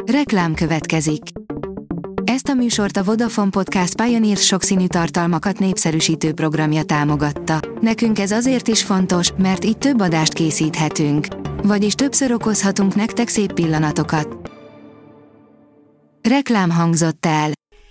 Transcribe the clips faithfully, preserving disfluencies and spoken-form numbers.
Reklám következik. Ezt a műsort a Vodafone Podcast Pioneer sokszínű tartalmakat népszerűsítő programja támogatta. Nekünk ez azért is fontos, mert így több adást készíthetünk. Vagyis többször okozhatunk nektek szép pillanatokat. Reklám hangzott el.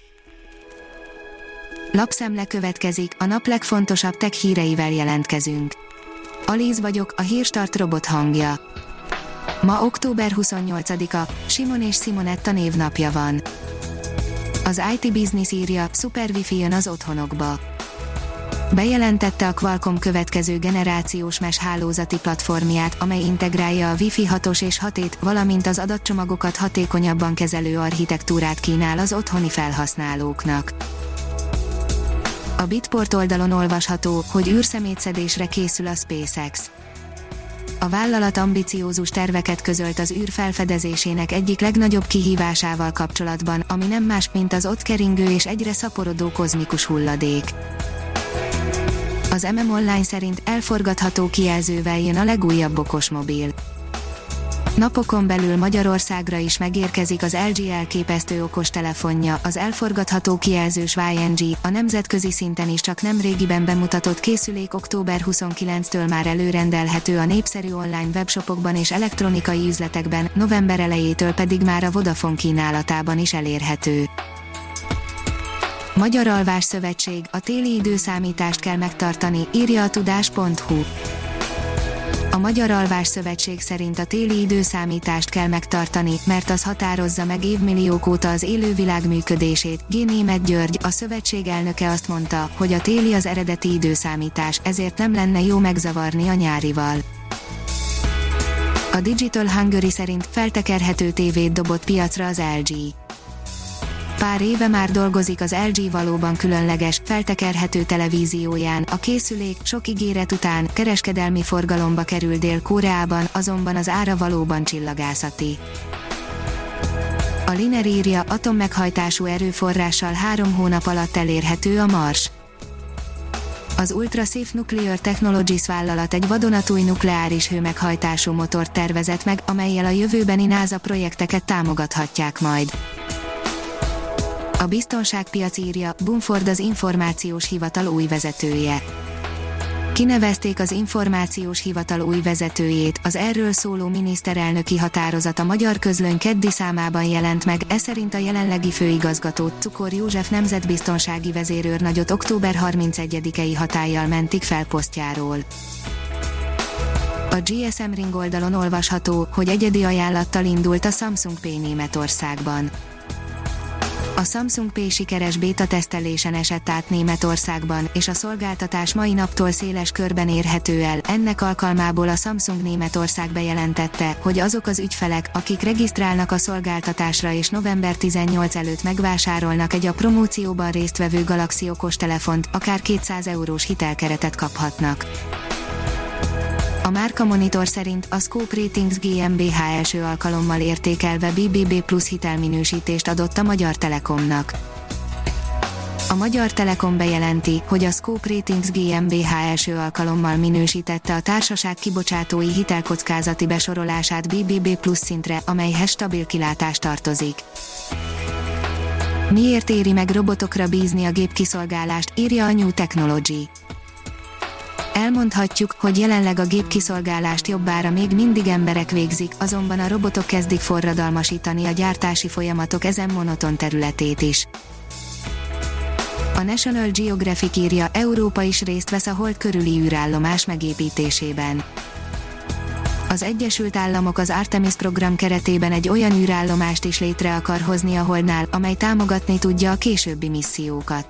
Lapszemle következik, a nap legfontosabb tech híreivel jelentkezünk. Alíz vagyok, a Hírstart robot hangja. Ma október huszonnyolcadika, Simon és Simonetta névnapja van. Az i té Business írja, szuper wifi jön az otthonokba. Bejelentette a Qualcomm következő generációs mesh hálózati platformját, amely integrálja a Wi-Fi hatos és hatét, valamint az adatcsomagokat hatékonyabban kezelő architektúrát kínál az otthoni felhasználóknak. A Bitport oldalon olvasható, hogy űrszemétszedésre készül a SpaceX. A vállalat ambiciózus terveket közölt az űr felfedezésének egyik legnagyobb kihívásával kapcsolatban, ami nem más, mint az ott keringő és egyre szaporodó kozmikus hulladék. Az em em Online szerint elforgatható kijelzővel jön a legújabb okosmobil. Napokon belül Magyarországra is megérkezik az el gé elképesztő okostelefonja, az elforgatható kijelzős vé en gé, a nemzetközi szinten is csak nemrégiben bemutatott készülék október huszonkilencedikétől már előrendelhető a népszerű online webshopokban és elektronikai üzletekben, november elejétől pedig már a Vodafone kínálatában is elérhető. Magyar Alvás Szövetség, a téli időszámítást kell megtartani, írja a tudás pont hu. A Magyar Alvás Szövetség szerint a téli időszámítást kell megtartani, mert az határozza meg évmilliók óta az élővilág működését. G. Németh György, a szövetség elnöke azt mondta, hogy a téli az eredeti időszámítás, ezért nem lenne jó megzavarni a nyárival. A Digital Hungary szerint feltekerhető tévét dobott piacra az el gé. Pár éve már dolgozik az el gé valóban különleges, feltekerhető televízióján, a készülék sok ígéret után kereskedelmi forgalomba kerül Dél-Koreában, azonban az ára valóban csillagászati. A Liner írja, atommeghajtású erőforrással három hónap alatt elérhető a Mars. Az Ultra Safe Nuclear Technologies vállalat egy vadonatúj nukleáris hőmeghajtású motort tervezett meg, amellyel a jövőbeni NASA projekteket támogathatják majd. A biztonságpiac írja, Bumford az információs hivatal új vezetője. Kinevezték az információs hivatal új vezetőjét, az erről szóló miniszterelnöki határozat a Magyar Közlöny keddi számában jelent meg, e szerint a jelenlegi főigazgatót, Cukor József nemzetbiztonsági vezérőrnagyot október harmincegyedikei hatállyal mentik fel posztjáról. A gé es em Ring oldalon olvasható, hogy egyedi ajánlattal indult a Samsung Pay Németországban. A Samsung Pay sikeres béta tesztelésen esett át Németországban, és a szolgáltatás mai naptól széles körben érhető el. Ennek alkalmából a Samsung Németország bejelentette, hogy azok az ügyfelek, akik regisztrálnak a szolgáltatásra és november tizennyolcadika előtt megvásárolnak egy a promócióban résztvevő Galaxy okostelefont, akár kétszáz eurós hitelkeretet kaphatnak. A Márka Monitor szerint a Scope Ratings gé em bé há első alkalommal értékelve bé bé bé plusz hitelminősítést adott a Magyar Telekomnak. A Magyar Telekom bejelenti, hogy a Scope Ratings gé em bé há első alkalommal minősítette a társaság kibocsátói hitelkockázati besorolását bé bé bé plusz szintre, amelyhez stabil kilátás tartozik. Miért éri meg robotokra bízni a gépkiszolgálást, írja a New Technology. Elmondhatjuk, hogy jelenleg a gépkiszolgálást jobbára még mindig emberek végzik, azonban a robotok kezdik forradalmasítani a gyártási folyamatok ezen monoton területét is. A National Geographic írja, Európa is részt vesz a Hold körüli űrállomás megépítésében. Az Egyesült Államok az Artemis program keretében egy olyan űrállomást is létre akar hozni a Holdnál, amely támogatni tudja a későbbi missziókat.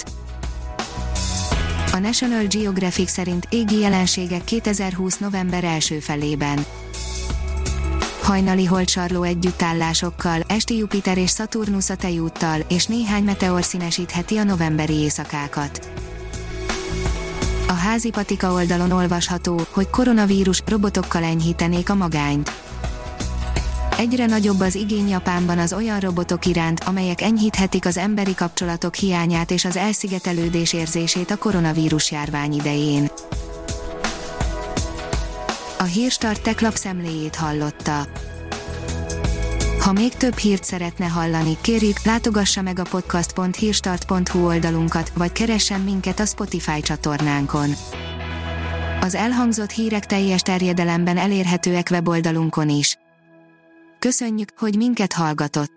A National Geographic szerint égi jelenségek kétezer-húsz november első felében. Hajnali holdsarló együttállásokkal, esti Jupiter és Szaturnusz a tejúttal, és néhány meteor színesítheti a novemberi éjszakákat. A Házi Patika oldalon olvasható, hogy koronavírus robotokkal enyhítenék a magányt. Egyre nagyobb az igény Japánban az olyan robotok iránt, amelyek enyhíthetik az emberi kapcsolatok hiányát és az elszigetelődés érzését a koronavírus járvány idején. A Hírstart Tech lapszemléjét hallotta. Ha még több hírt szeretne hallani, kérjük, látogassa meg a podcast pont hírstart pont hu oldalunkat, vagy keressen minket a Spotify csatornánkon. Az elhangzott hírek teljes terjedelemben elérhetőek weboldalunkon is. Köszönjük, hogy minket hallgatott!